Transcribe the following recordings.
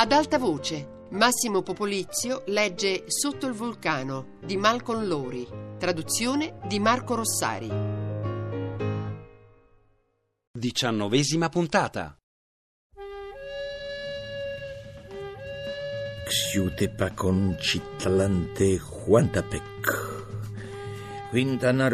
Ad alta voce, Massimo Popolizio legge Sotto il vulcano di Malcolm Lowry, traduzione di Marco Rossari. 19ª puntata. Xiutepa Citlante Huantapec. Quintana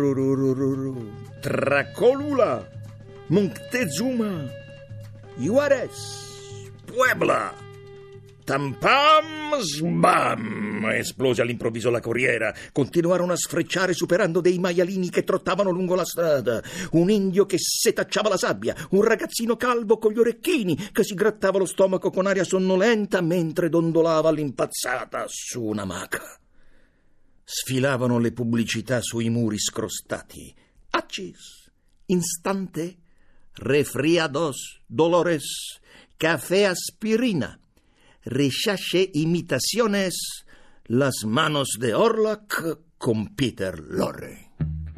Tracolula Moctezuma Juarez Puebla Tampam sbam! Esplose all'improvviso la corriera. Continuarono a sfrecciare superando dei maialini che trottavano lungo la strada. Un indio che setacciava la sabbia. Un ragazzino calvo con gli orecchini che si grattava lo stomaco con aria sonnolenta mentre dondolava all'impazzata su un'amaca. Sfilavano le pubblicità sui muri scrostati. Achis, instante, refriados, dolores, café aspirina, rechache imitaciones, las manos de Orlac con Peter Lorre.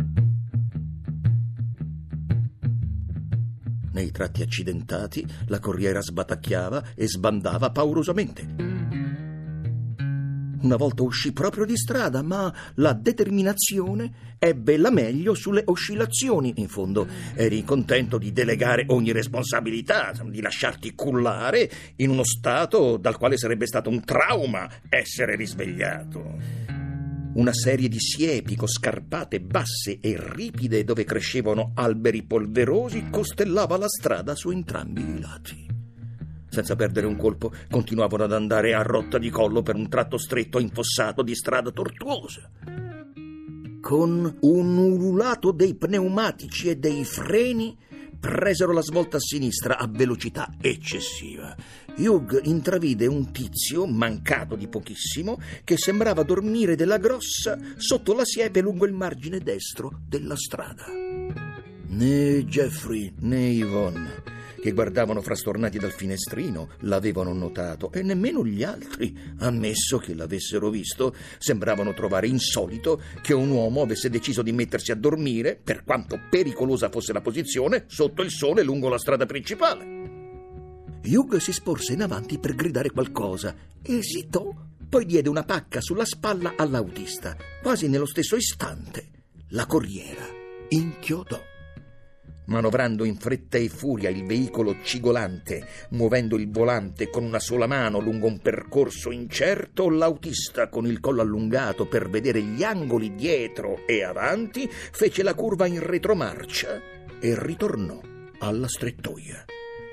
Nei tratti accidentati la corriera sbatacchiava e sbandava paurosamente. Una volta uscì proprio di strada, ma la determinazione ebbe la meglio sulle oscillazioni. In fondo eri contento di delegare ogni responsabilità, di lasciarti cullare in uno stato dal quale sarebbe stato un trauma essere risvegliato. Una serie di siepi con scarpate basse e ripide dove crescevano alberi polverosi costellava la strada su entrambi i lati. Senza perdere un colpo, continuavano ad andare a rotta di collo per un tratto stretto e infossato di strada tortuosa. Con un ululato dei pneumatici e dei freni, presero la svolta a sinistra a velocità eccessiva. Hugh intravide un tizio, mancato di pochissimo, che sembrava dormire della grossa sotto la siepe lungo il margine destro della strada. Né Jeffrey né Yvonne, che guardavano frastornati dal finestrino, l'avevano notato, e nemmeno gli altri, ammesso che l'avessero visto, sembravano trovare insolito che un uomo avesse deciso di mettersi a dormire, per quanto pericolosa fosse la posizione, sotto il sole lungo la strada principale. Hugh si sporse in avanti per gridare qualcosa, esitò, poi diede una pacca sulla spalla all'autista. Quasi nello stesso istante la corriera inchiodò. Manovrando in fretta e furia il veicolo cigolante, muovendo il volante con una sola mano lungo un percorso incerto, l'autista, con il collo allungato per vedere gli angoli dietro e avanti, fece la curva in retromarcia e ritornò alla strettoia.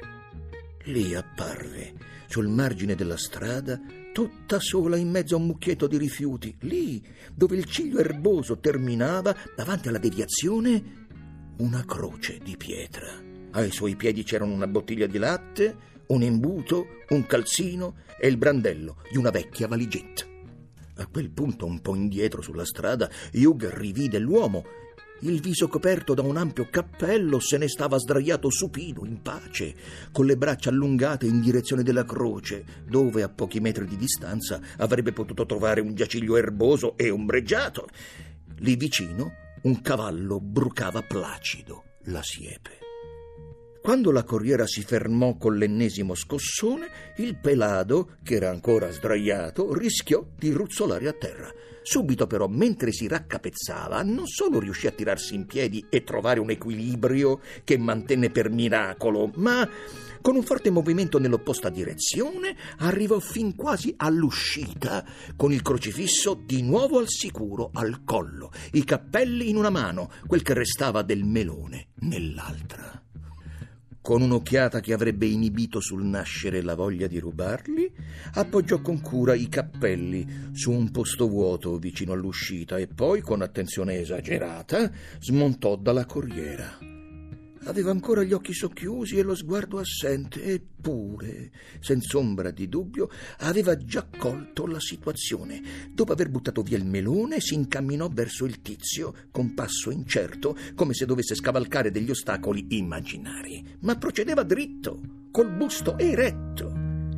Lì apparve, sul margine della strada, tutta sola in mezzo a un mucchietto di rifiuti, lì dove il ciglio erboso terminava, davanti alla deviazione, una croce di pietra. Ai suoi piedi c'erano una bottiglia di latte, un imbuto, un calzino e il brandello di una vecchia valigetta. A quel punto, un po' indietro sulla strada, Hugh rivide l'uomo. Il viso coperto da un ampio cappello se ne stava sdraiato supino, in pace, con le braccia allungate in direzione della croce, dove a pochi metri di distanza avrebbe potuto trovare un giaciglio erboso e ombreggiato. Lì vicino un cavallo brucava placido la siepe. Quando la corriera si fermò con l'ennesimo scossone, il pelado, che era ancora sdraiato, rischiò di ruzzolare a terra. Subito però, mentre si raccapezzava, non solo riuscì a tirarsi in piedi e trovare un equilibrio che mantenne per miracolo, ma con un forte movimento nell'opposta direzione arrivò fin quasi all'uscita, con il crocifisso di nuovo al sicuro al collo, i cappelli in una mano, quel che restava del melone nell'altra. Con un'occhiata che avrebbe inibito sul nascere la voglia di rubarli, appoggiò con cura i cappelli su un posto vuoto vicino all'uscita e poi, con attenzione esagerata, smontò dalla corriera. Aveva ancora gli occhi socchiusi e lo sguardo assente, eppure, senza ombra di dubbio, aveva già colto la situazione. Dopo aver buttato via il melone, si incamminò verso il tizio, con passo incerto, come se dovesse scavalcare degli ostacoli immaginari. Ma procedeva dritto, col busto eretto.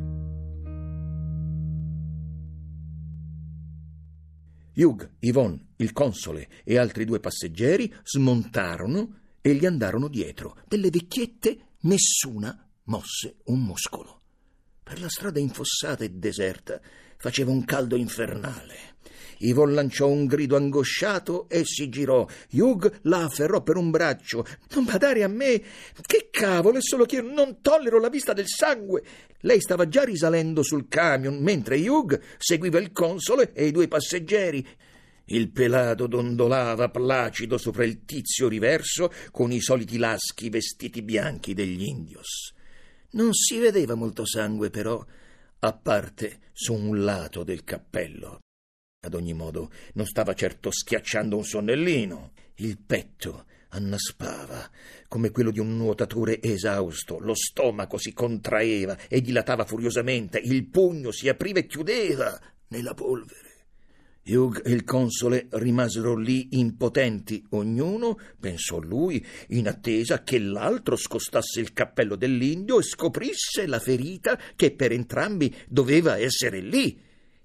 Hugh, Yvonne, il console e altri 2 passeggeri smontarono e gli andarono dietro. Delle vecchiette nessuna mosse un muscolo. Per la strada infossata e deserta faceva un caldo infernale. Yvonne lanciò un grido angosciato e si girò. Hugh la afferrò per un braccio. «Non badare a me! Che cavolo, è solo che io non tollero la vista del sangue!» Lei stava già risalendo sul camion, mentre Hugh seguiva il console e i 2 passeggeri. Il pelato dondolava placido sopra il tizio riverso con i soliti laschi vestiti bianchi degli indios. Non si vedeva molto sangue, però, a parte su un lato del cappello. Ad ogni modo, non stava certo schiacciando un sonnellino. Il petto annaspava come quello di un nuotatore esausto, lo stomaco si contraeva e dilatava furiosamente, il pugno si apriva e chiudeva nella polvere. Hugh e il console rimasero lì impotenti, ognuno, pensò lui, in attesa che l'altro scostasse il cappello dell'indio e scoprisse la ferita che per entrambi doveva essere lì,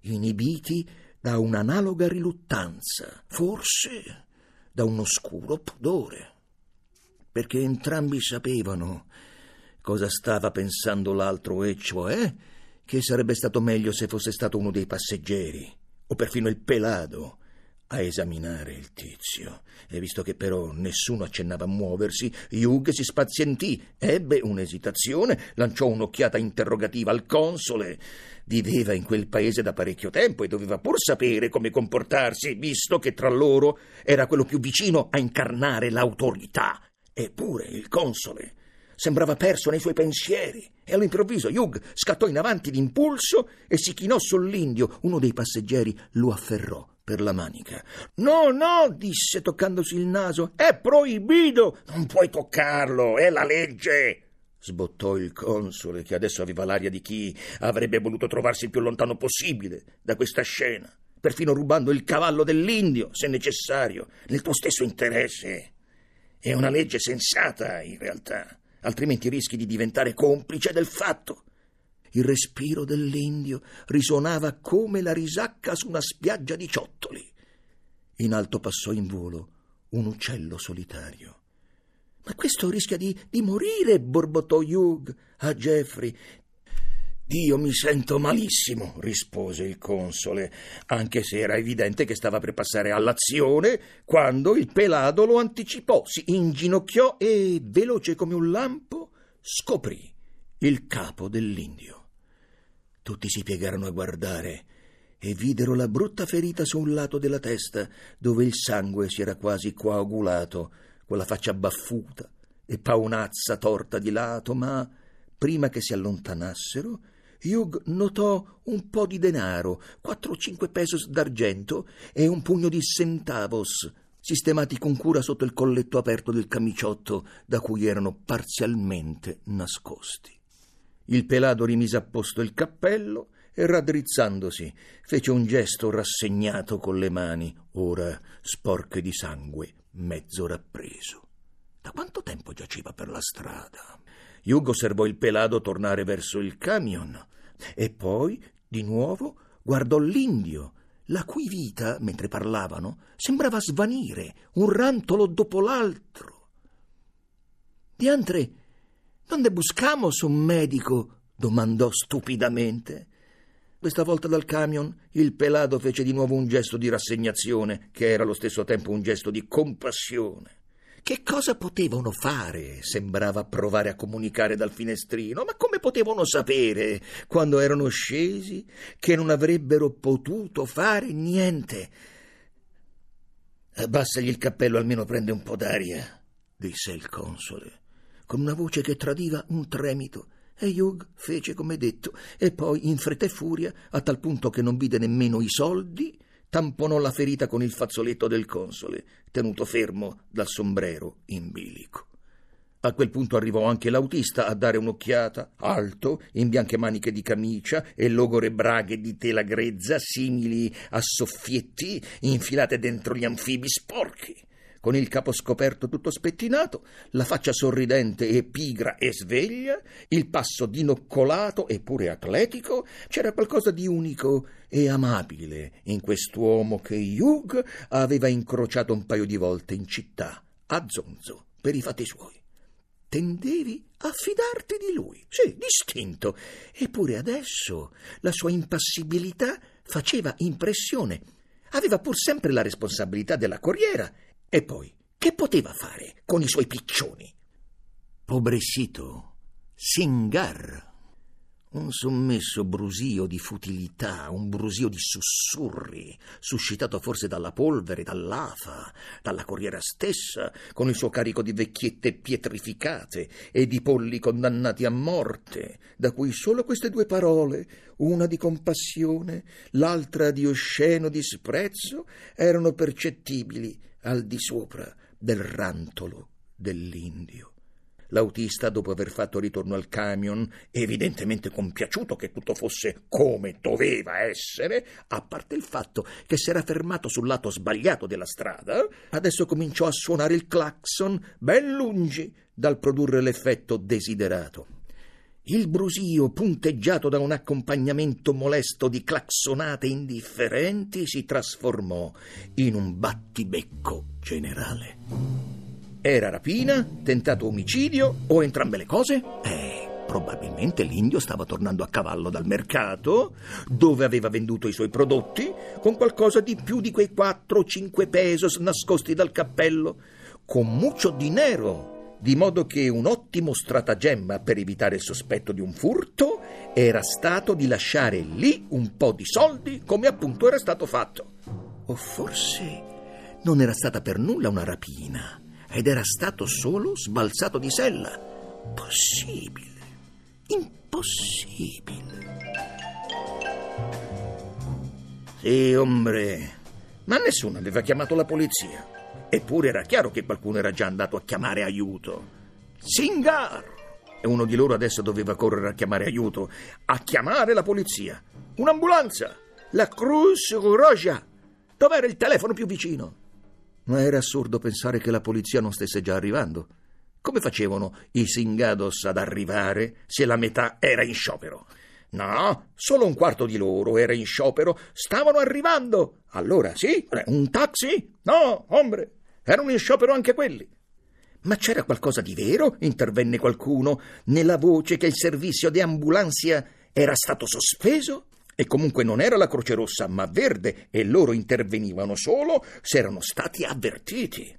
inibiti da un'analoga riluttanza, forse da un oscuro pudore, perché entrambi sapevano cosa stava pensando l'altro, e cioè che sarebbe stato meglio se fosse stato uno dei passeggeri, o perfino il pelato, a esaminare il tizio. E visto che però nessuno accennava a muoversi, Hugh si spazientì, ebbe un'esitazione, lanciò un'occhiata interrogativa al console. Viveva in quel paese da parecchio tempo e doveva pur sapere come comportarsi, visto che tra loro era quello più vicino a incarnare l'autorità. Eppure il console sembrava perso nei suoi pensieri e all'improvviso Hugh scattò in avanti d'impulso e si chinò sull'indio. Uno dei passeggeri lo afferrò per la manica. «No, no», disse toccandosi il naso, «è proibito!» «Non puoi toccarlo, è la legge!» sbottò il console, che adesso aveva l'aria di chi avrebbe voluto trovarsi il più lontano possibile da questa scena, perfino rubando il cavallo dell'indio, se necessario, nel tuo stesso interesse. È una legge sensata, in realtà, altrimenti rischi di diventare complice del fatto. Il respiro dell'indio risuonava come la risacca su una spiaggia di ciottoli. In alto passò in volo un uccello solitario. «Ma questo rischia di morire», borbottò Hugh a Geoffrey. «Dio, mi sento malissimo», rispose il console, anche se era evidente che stava per passare all'azione quando il pelato lo anticipò, si inginocchiò e, veloce come un lampo, scoprì il capo dell'indio. Tutti si piegarono a guardare e videro la brutta ferita su un lato della testa, dove il sangue si era quasi coagulato, con la faccia baffuta e paonazza torta di lato, ma prima che si allontanassero Hugh notò un po' di denaro, 4 o 5 pesos d'argento e un pugno di centavos, sistemati con cura sotto il colletto aperto del camiciotto da cui erano parzialmente nascosti. Il pelato rimise a posto il cappello e, raddrizzandosi, fece un gesto rassegnato con le mani, ora sporche di sangue, mezzo rappreso. Da quanto tempo giaceva per la strada? Hugh osservò il pelato tornare verso il camion e poi, di nuovo, guardò l'indio, la cui vita, mentre parlavano, sembrava svanire, un rantolo dopo l'altro. «Diantre, ¿dónde buscamos un medico?» domandò stupidamente. Questa volta dal camion il pelato fece di nuovo un gesto di rassegnazione, che era allo stesso tempo un gesto di compassione. Che cosa potevano fare? Sembrava provare a comunicare dal finestrino. Ma come potevano sapere, quando erano scesi, che non avrebbero potuto fare niente? «Abbassagli il cappello, almeno prende un po' d'aria», disse il console, con una voce che tradiva un tremito, e Hugh fece come detto, e poi, in fretta e furia, a tal punto che non vide nemmeno i soldi, tamponò la ferita con il fazzoletto del console, tenuto fermo dal sombrero in bilico. A quel punto arrivò anche l'autista a dare un'occhiata, alto, in bianche maniche di camicia e logore braghe di tela grezza, simili a soffietti infilate dentro gli anfibi sporchi. Con il capo scoperto tutto spettinato, la faccia sorridente e pigra e sveglia, il passo dinoccolato e pure atletico, c'era qualcosa di unico e amabile in quest'uomo che Hugh aveva incrociato un paio di volte in città, a zonzo, per i fatti suoi. tendevi a fidarti di lui. Sì, distinto. Eppure adesso la sua impassibilità faceva impressione. Aveva pur sempre la responsabilità della corriera. E poi, che poteva fare con i suoi piccioni? Pobrecito Singar. Un sommesso brusio di futilità, un brusio di sussurri, suscitato forse dalla polvere, dall'afa, dalla corriera stessa, con il suo carico di vecchiette pietrificate e di polli condannati a morte, da cui solo queste due parole, una di compassione, l'altra di osceno disprezzo, erano percettibili al di sopra del rantolo dell'indio. L'autista, dopo aver fatto ritorno al camion, evidentemente compiaciuto che tutto fosse come doveva essere, a parte il fatto che s'era fermato sul lato sbagliato della strada, adesso cominciò a suonare il clacson ben lungi dal produrre l'effetto desiderato. Il brusio, punteggiato da un accompagnamento molesto di clacsonate indifferenti, si trasformò in un battibecco generale. Era rapina, tentato omicidio o entrambe le cose? Probabilmente l'indio stava tornando a cavallo dal mercato, dove aveva venduto i suoi prodotti, con qualcosa di più di quei 4 o 5 pesos nascosti dal cappello, con mucho dinero, di modo che un ottimo stratagemma per evitare il sospetto di un furto era stato di lasciare lì un po' di soldi, come appunto era stato fatto. O forse non era stata per nulla una rapina, ed era stato solo sbalzato di sella. Possibile, impossibile. Sì, ombre, ma nessuno aveva chiamato la polizia. Eppure era chiaro che qualcuno era già andato a chiamare aiuto. Singar! E uno di loro adesso doveva correre a chiamare aiuto, a chiamare la polizia. Un'ambulanza! La Cruz Roja! Dov'era il telefono più vicino? Ma era assurdo pensare che la polizia non stesse già arrivando. Come facevano i Singados ad arrivare se la metà era in sciopero? No, solo un quarto di loro era in sciopero. Stavano arrivando. Allora sì, un taxi? No, ombre, erano in sciopero anche quelli. Ma c'era qualcosa di vero? Intervenne qualcuno nella voce che il servizio di ambulanza era stato sospeso? E comunque non era la Croce Rossa, ma verde, e loro intervenivano solo se erano stati avvertiti.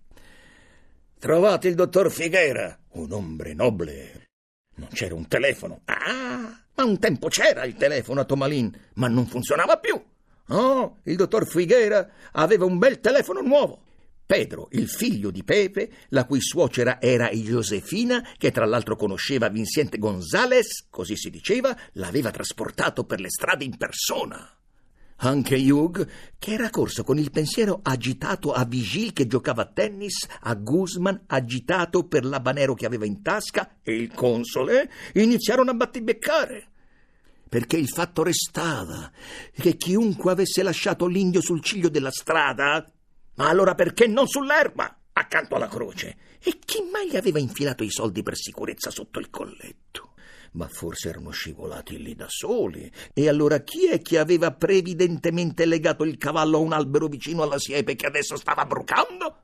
Trovate il dottor Figuera, un hombre nobile. Non c'era un telefono. Ma un tempo c'era il telefono a Tomalin, ma non funzionava più. Oh, il dottor Figuera aveva un bel telefono nuovo. Pedro, il figlio di Pepe, la cui suocera era Josefina, che tra l'altro conosceva Vicente González, così si diceva, l'aveva trasportato per le strade in persona. Anche Hugh, che era corso con il pensiero agitato a Vigil che giocava a tennis, a Guzman agitato per l'habanero che aveva in tasca, e il console iniziarono a battibeccare. Perché il fatto restava che chiunque avesse lasciato l'indio sul ciglio della strada, ma allora perché non sull'erba, accanto alla croce? E chi mai gli aveva infilato i soldi per sicurezza sotto il colletto? Ma forse erano scivolati lì da soli. E allora chi è che aveva previdentemente legato il cavallo a un albero vicino alla siepe che adesso stava brucando?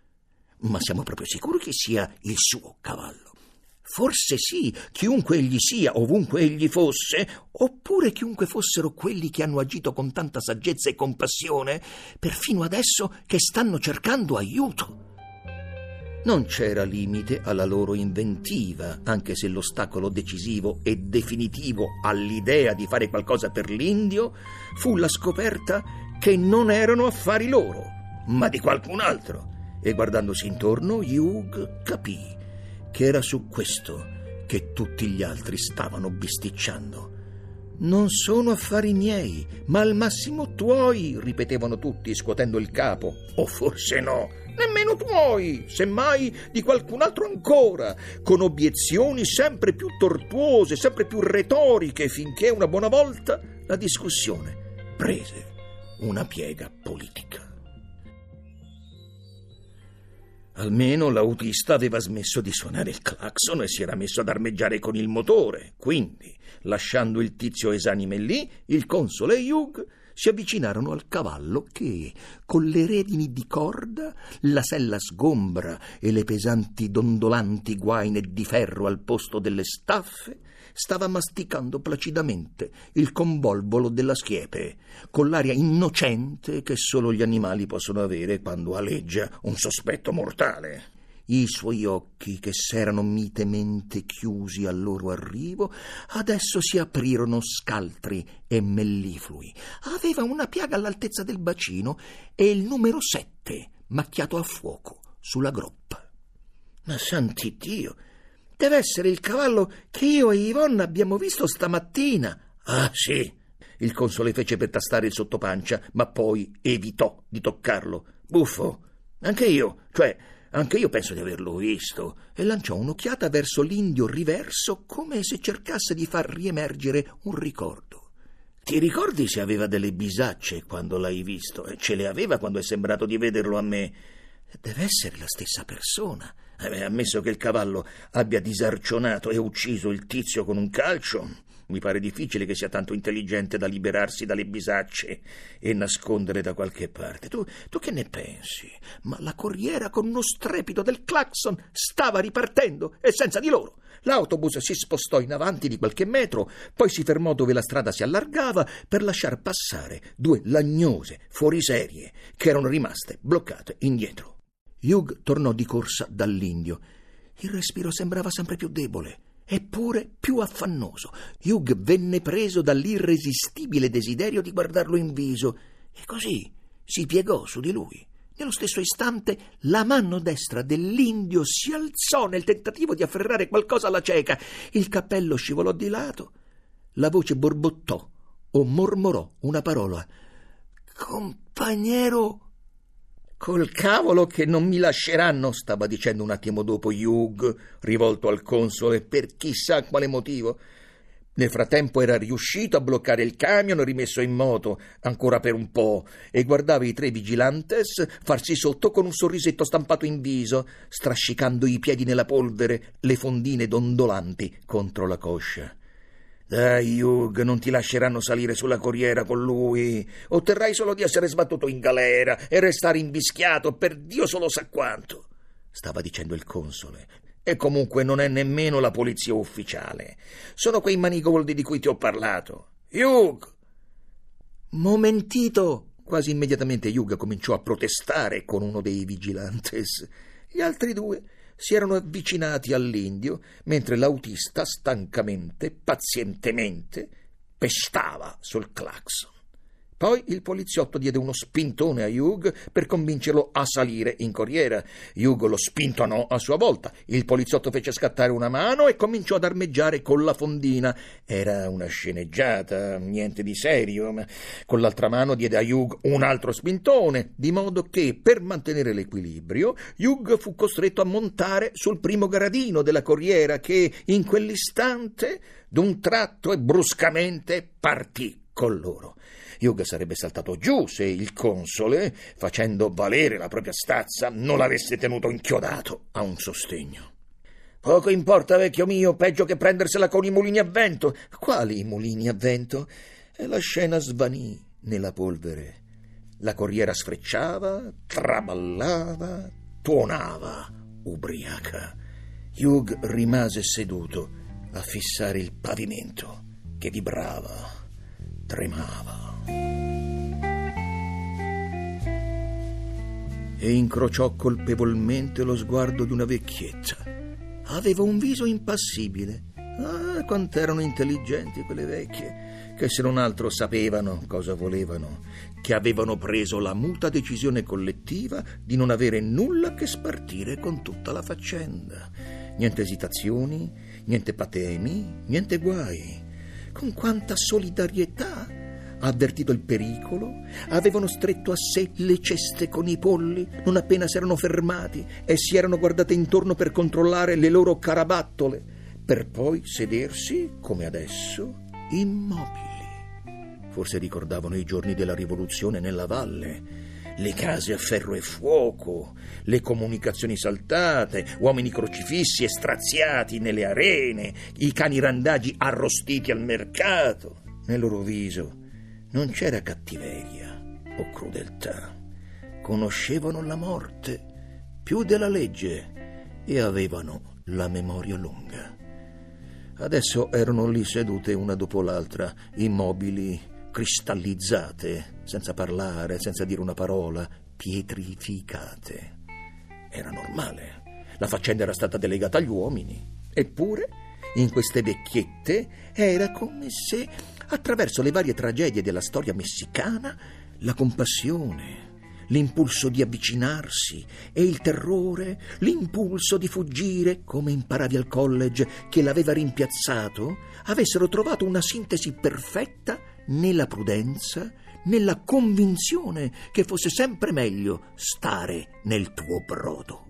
Ma siamo proprio sicuri che sia il suo cavallo? Forse sì, chiunque egli sia, ovunque egli fosse, oppure chiunque fossero quelli che hanno agito con tanta saggezza e compassione, perfino adesso che stanno cercando aiuto. Non c'era limite alla loro inventiva, anche se l'ostacolo decisivo e definitivo all'idea di fare qualcosa per l'indio fu la scoperta che non erano affari loro, ma di qualcun altro. E guardandosi intorno, Hugh capì che era su questo che tutti gli altri stavano bisticciando. «Non sono affari miei, ma al massimo tuoi», ripetevano tutti, scuotendo il capo. «O forse no, nemmeno tuoi, semmai di qualcun altro ancora», con obiezioni sempre più tortuose, sempre più retoriche, finché una buona volta la discussione prese una piega politica. Almeno l'autista aveva smesso di suonare il clacson e si era messo ad armeggiare con il motore. Quindi, lasciando il tizio esanime lì, il console e Hugh si avvicinarono al cavallo che, con le redini di corda, la sella sgombra e le pesanti dondolanti guaine di ferro al posto delle staffe, stava masticando placidamente il convolvolo della siepe, con l'aria innocente che solo gli animali possono avere quando aleggia un sospetto mortale. I suoi occhi, che s'erano mitemente chiusi al loro arrivo, adesso si aprirono scaltri e melliflui. Aveva una piaga all'altezza del bacino e il numero 7 macchiato a fuoco sulla groppa. Ma santi Dio, deve essere il cavallo che io e Yvonne abbiamo visto stamattina. Ah, sì. Il console fece per tastare il sottopancia, ma poi evitò di toccarlo. Buffo, anche io penso di averlo visto, e lanciò un'occhiata verso l'indio riverso come se cercasse di far riemergere un ricordo. Ti ricordi se aveva delle bisacce quando l'hai visto? Ce le aveva quando è sembrato di vederlo a me. Deve essere la stessa persona. Ammesso che il cavallo abbia disarcionato e ucciso il tizio con un calcio, mi pare difficile che sia tanto intelligente da liberarsi dalle bisacce e nascondere da qualche parte. Tu che ne pensi? Ma la corriera, con uno strepito del clacson, stava ripartendo, e senza di loro. L'autobus si spostò in avanti di qualche metro, poi si fermò dove la strada si allargava per lasciar passare 2 lagnose fuoriserie che erano rimaste bloccate indietro. Hugh tornò di corsa dall'indio. Il respiro sembrava sempre più debole, eppure più affannoso. Hugh venne preso dall'irresistibile desiderio di guardarlo in viso e così si piegò su di lui. Nello stesso istante la mano destra dell'indio si alzò nel tentativo di afferrare qualcosa alla cieca. Il cappello scivolò di lato, la voce borbottò o mormorò una parola. «Compagnero!» «Col cavolo che non mi lasceranno», stava dicendo un attimo dopo Hugh, rivolto al console per chissà quale motivo. Nel frattempo era riuscito a bloccare il camion rimesso in moto, ancora per un po', e guardava i 3 vigilantes farsi sotto con un sorrisetto stampato in viso, strascicando i piedi nella polvere, le fondine dondolanti contro la coscia. «Dai, Hugh, non ti lasceranno salire sulla corriera con lui. Otterrai solo di essere sbattuto in galera e restare invischiato per Dio solo sa quanto», stava dicendo il console. «E comunque non è nemmeno la polizia ufficiale. Sono quei manigoldi di cui ti ho parlato. Hugh!» «Momentito!» Quasi immediatamente Hugh cominciò a protestare con uno dei vigilantes. Gli altri 2 si erano avvicinati all'indio, mentre l'autista stancamente, pazientemente, pestava sul clacson. Poi il poliziotto diede uno spintone a Hugh per convincerlo a salire in corriera. Hugh lo spintonò a sua volta. Il poliziotto fece scattare una mano e cominciò ad armeggiare con la fondina. Era una sceneggiata, niente di serio, ma con l'altra mano diede a Hugh un altro spintone, di modo che, per mantenere l'equilibrio, Hugh fu costretto a montare sul primo gradino della corriera che, in quell'istante, d'un tratto e bruscamente partì con loro. Hugh sarebbe saltato giù se il console, facendo valere la propria stazza, non l'avesse tenuto inchiodato a un sostegno. «Poco importa, vecchio mio, peggio che prendersela con i mulini a vento». «Quali mulini a vento?» E la scena svanì nella polvere. La corriera sfrecciava, traballava, tuonava, ubriaca. Hugh rimase seduto a fissare il pavimento che vibrava, tremava. E incrociò colpevolmente lo sguardo di una vecchietta. Aveva un viso impassibile. Ah, quant'erano intelligenti quelle vecchie, che se non altro sapevano cosa volevano, che avevano preso la muta decisione collettiva di non avere nulla a che spartire con tutta la faccenda. Niente esitazioni, niente patemi, niente guai. Con quanta solidarietà! Avvertito il pericolo, avevano stretto a sé le ceste con i polli non appena s'erano fermati e si erano guardate intorno per controllare le loro carabattole, per poi sedersi, come adesso, immobili. Forse ricordavano i giorni della rivoluzione nella valle, le case a ferro e fuoco, le comunicazioni saltate, uomini crocifissi e straziati nelle arene, i cani randagi arrostiti al mercato. Nel loro viso Non c'era cattiveria o crudeltà. Conoscevano la morte più della legge e avevano la memoria lunga. Adesso erano lì sedute una dopo l'altra, immobili, cristallizzate, senza parlare, senza dire una parola, pietrificate. Era normale. La faccenda era stata delegata agli uomini. Eppure, in queste vecchiette era come se, attraverso le varie tragedie della storia messicana, la compassione, l'impulso di avvicinarsi e il terrore, l'impulso di fuggire, come imparavi al college che l'aveva rimpiazzato, avessero trovato una sintesi perfetta nella prudenza, nella convinzione che fosse sempre meglio stare nel tuo brodo.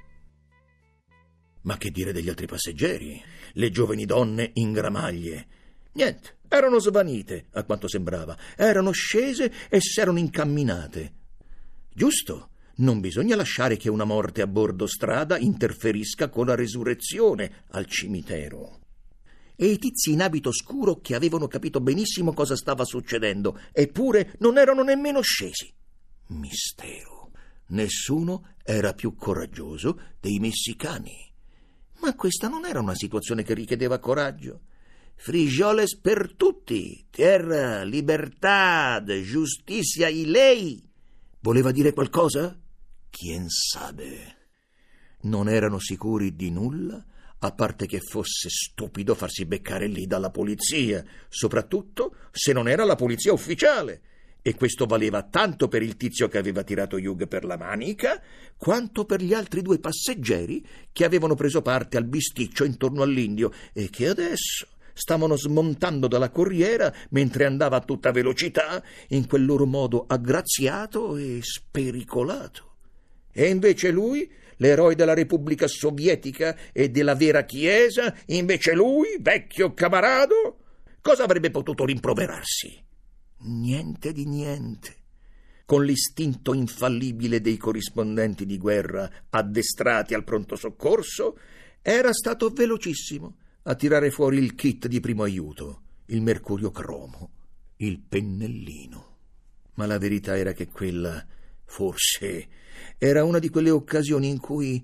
Ma che dire degli altri passeggeri? Le giovani donne in gramaglie. Niente, erano svanite, a quanto sembrava. Erano scese e s'erano incamminate. Giusto, non bisogna lasciare che una morte a bordo strada interferisca con la resurrezione al cimitero. E i tizi in abito scuro, che avevano capito benissimo cosa stava succedendo, eppure non erano nemmeno scesi. Mistero. Nessuno era più coraggioso dei messicani. Ma questa non era una situazione che richiedeva coraggio. Frijoles per tutti, tierra, libertà, giustizia y ley. Voleva dire qualcosa? Chien sabe. Non erano sicuri di nulla, a parte che fosse stupido farsi beccare lì dalla polizia, soprattutto se non era la polizia ufficiale. E questo valeva tanto per il tizio che aveva tirato Hugh per la manica, quanto per gli altri 2 passeggeri che avevano preso parte al bisticcio intorno all'indio e che adesso stavano smontando dalla corriera mentre andava a tutta velocità, in quel loro modo aggraziato e spericolato. E invece lui, l'eroe della Repubblica Sovietica e della vera Chiesa, invece lui, vecchio camarado, cosa avrebbe potuto rimproverarsi? Niente di niente. Con l'istinto infallibile dei corrispondenti di guerra addestrati al pronto soccorso, era stato velocissimo a tirare fuori il kit di primo aiuto, il mercurio cromo, il pennellino. Ma la verità era che quella, forse, era una di quelle occasioni in cui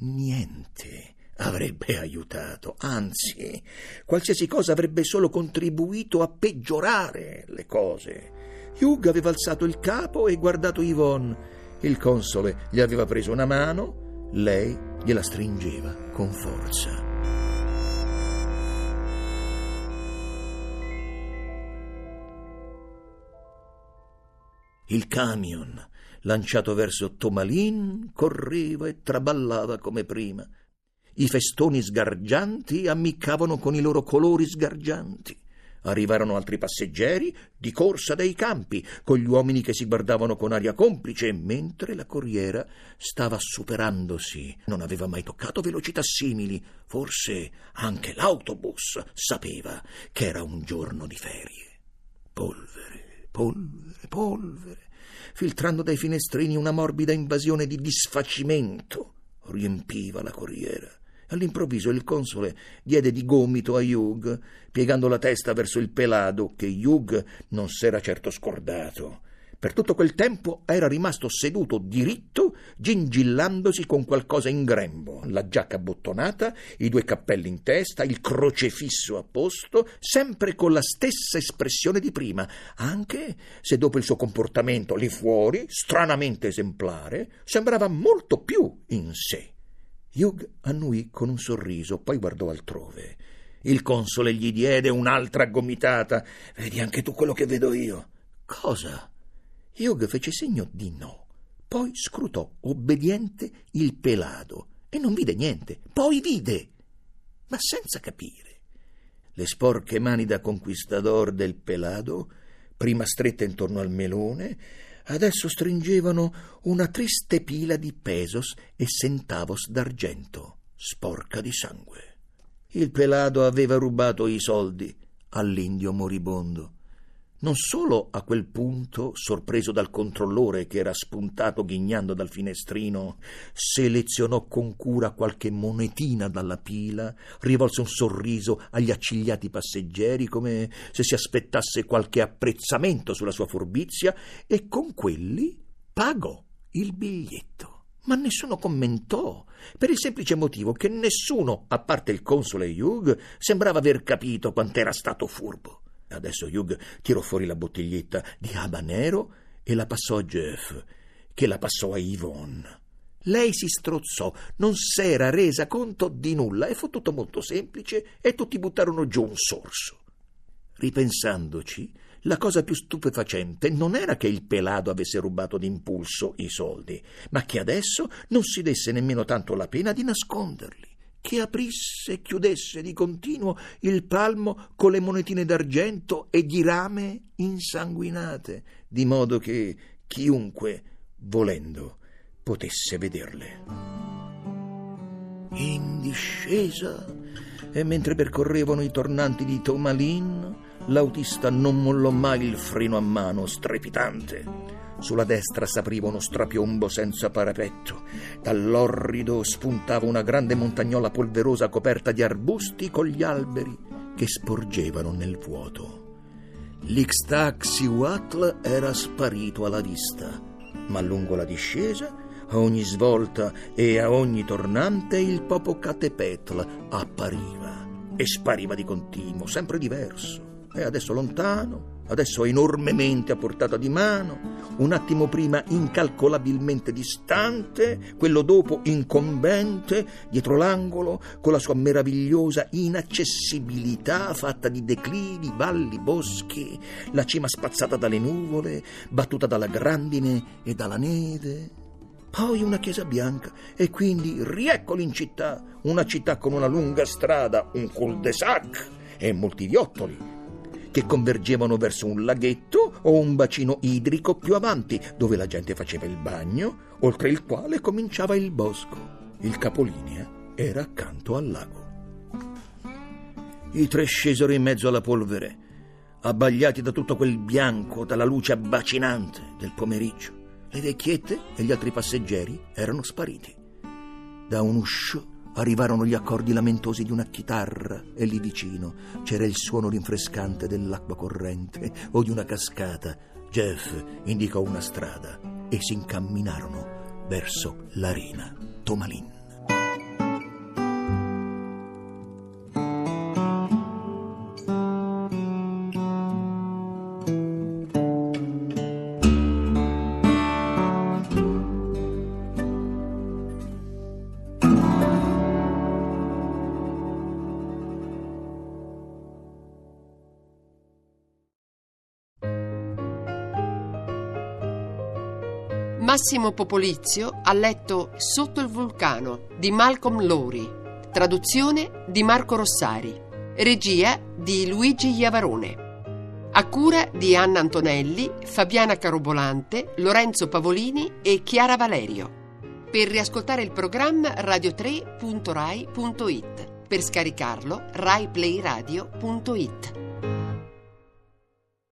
niente avrebbe aiutato, anzi, qualsiasi cosa avrebbe solo contribuito a peggiorare le cose. Hugh aveva alzato il capo e guardato Yvonne. Il console gli aveva preso una mano, lei gliela stringeva con forza. Il camion, lanciato verso Tomalin, correva e traballava come prima. I festoni sgargianti ammiccavano con i loro colori sgargianti. Arrivarono altri passeggeri di corsa dai campi, con gli uomini che si guardavano con aria complice, mentre la corriera stava superandosi. Non aveva mai toccato velocità simili. Forse anche l'autobus sapeva che era un giorno di ferie. Polvere, polvere, polvere. Filtrando dai finestrini una morbida invasione di disfacimento riempiva la corriera. All'improvviso il console diede di gomito a Hugh, piegando la testa verso il pelado che Hugh non s'era certo scordato. Per tutto quel tempo era rimasto seduto diritto, gingillandosi con qualcosa in grembo, la giacca abbottonata, i 2 cappelli in testa, il crocefisso a posto, sempre con la stessa espressione di prima, anche se dopo il suo comportamento lì fuori, stranamente esemplare, sembrava molto più in sé. Hugh annuì con un sorriso, poi guardò altrove. Il console gli diede un'altra gomitata. «Vedi anche tu quello che vedo io?» «Cosa?» Hugh fece segno di no. Poi scrutò obbediente il pelado e non vide niente. Poi vide, ma senza capire. Le sporche mani da conquistador del pelado, prima strette intorno al melone, adesso stringevano una triste pila di pesos e centavos d'argento, sporca di sangue. Il pelado aveva rubato i soldi all'indio moribondo. Non solo a quel punto, sorpreso dal controllore che era spuntato ghignando dal finestrino, selezionò con cura qualche monetina dalla pila, rivolse un sorriso agli accigliati passeggeri come se si aspettasse qualche apprezzamento sulla sua furbizia, e con quelli pagò il biglietto. Ma nessuno commentò, per il semplice motivo che nessuno, a parte il console Hugh, sembrava aver capito quant'era stato furbo. Adesso Hugh tirò fuori la bottiglietta di habanero e la passò a Jeff, che la passò a Yvonne. Lei si strozzò, non s'era resa conto di nulla e fu tutto molto semplice e tutti buttarono giù un sorso. Ripensandoci, la cosa più stupefacente non era che il pelato avesse rubato d'impulso i soldi, ma che adesso non si desse nemmeno tanto la pena di nasconderli, che aprisse e chiudesse di continuo il palmo con le monetine d'argento e di rame insanguinate, di modo che chiunque, volendo, potesse vederle. In discesa, e mentre percorrevano i tornanti di Tomalin, l'autista non mollò mai il freno a mano strepitante. Sulla destra s'apriva uno strapiombo senza parapetto. Dall'orrido spuntava una grande montagnola polverosa coperta di arbusti con gli alberi che sporgevano nel vuoto. l'Ixtaxihuatl era sparito alla vista, ma lungo la discesa, a ogni svolta e a ogni tornante, il Popocatépetl appariva e spariva di continuo, sempre diverso. E adesso lontano, adesso enormemente a portata di mano, un attimo prima incalcolabilmente distante, quello dopo incombente, dietro l'angolo, con la sua meravigliosa inaccessibilità fatta di declivi, valli, boschi, la cima spazzata dalle nuvole, battuta dalla grandine e dalla neve. Poi una chiesa bianca e quindi rieccoli in città, una città con una lunga strada, un cul-de-sac e molti viottoli che convergevano verso un laghetto o un bacino idrico più avanti, dove la gente faceva il bagno, oltre il quale cominciava il bosco. Il capolinea era accanto al lago. I tre scesero in mezzo alla polvere, abbagliati da tutto quel bianco, dalla luce abbacinante del pomeriggio. Le vecchiette e gli altri passeggeri erano spariti. Da un uscio arrivarono gli accordi lamentosi di una chitarra e lì vicino c'era il suono rinfrescante dell'acqua corrente o di una cascata. Jeff indicò una strada e si incamminarono verso l'arena Tomalin. Massimo Popolizio ha letto Sotto il vulcano di Malcolm Lowry, traduzione di Marco Rossari, regia di Luigi Iavarone, a cura di Anna Antonelli, Fabiana Carobolante, Lorenzo Pavolini e Chiara Valerio. Per riascoltare il programma radio3.rai.it, per scaricarlo raiplayradio.it.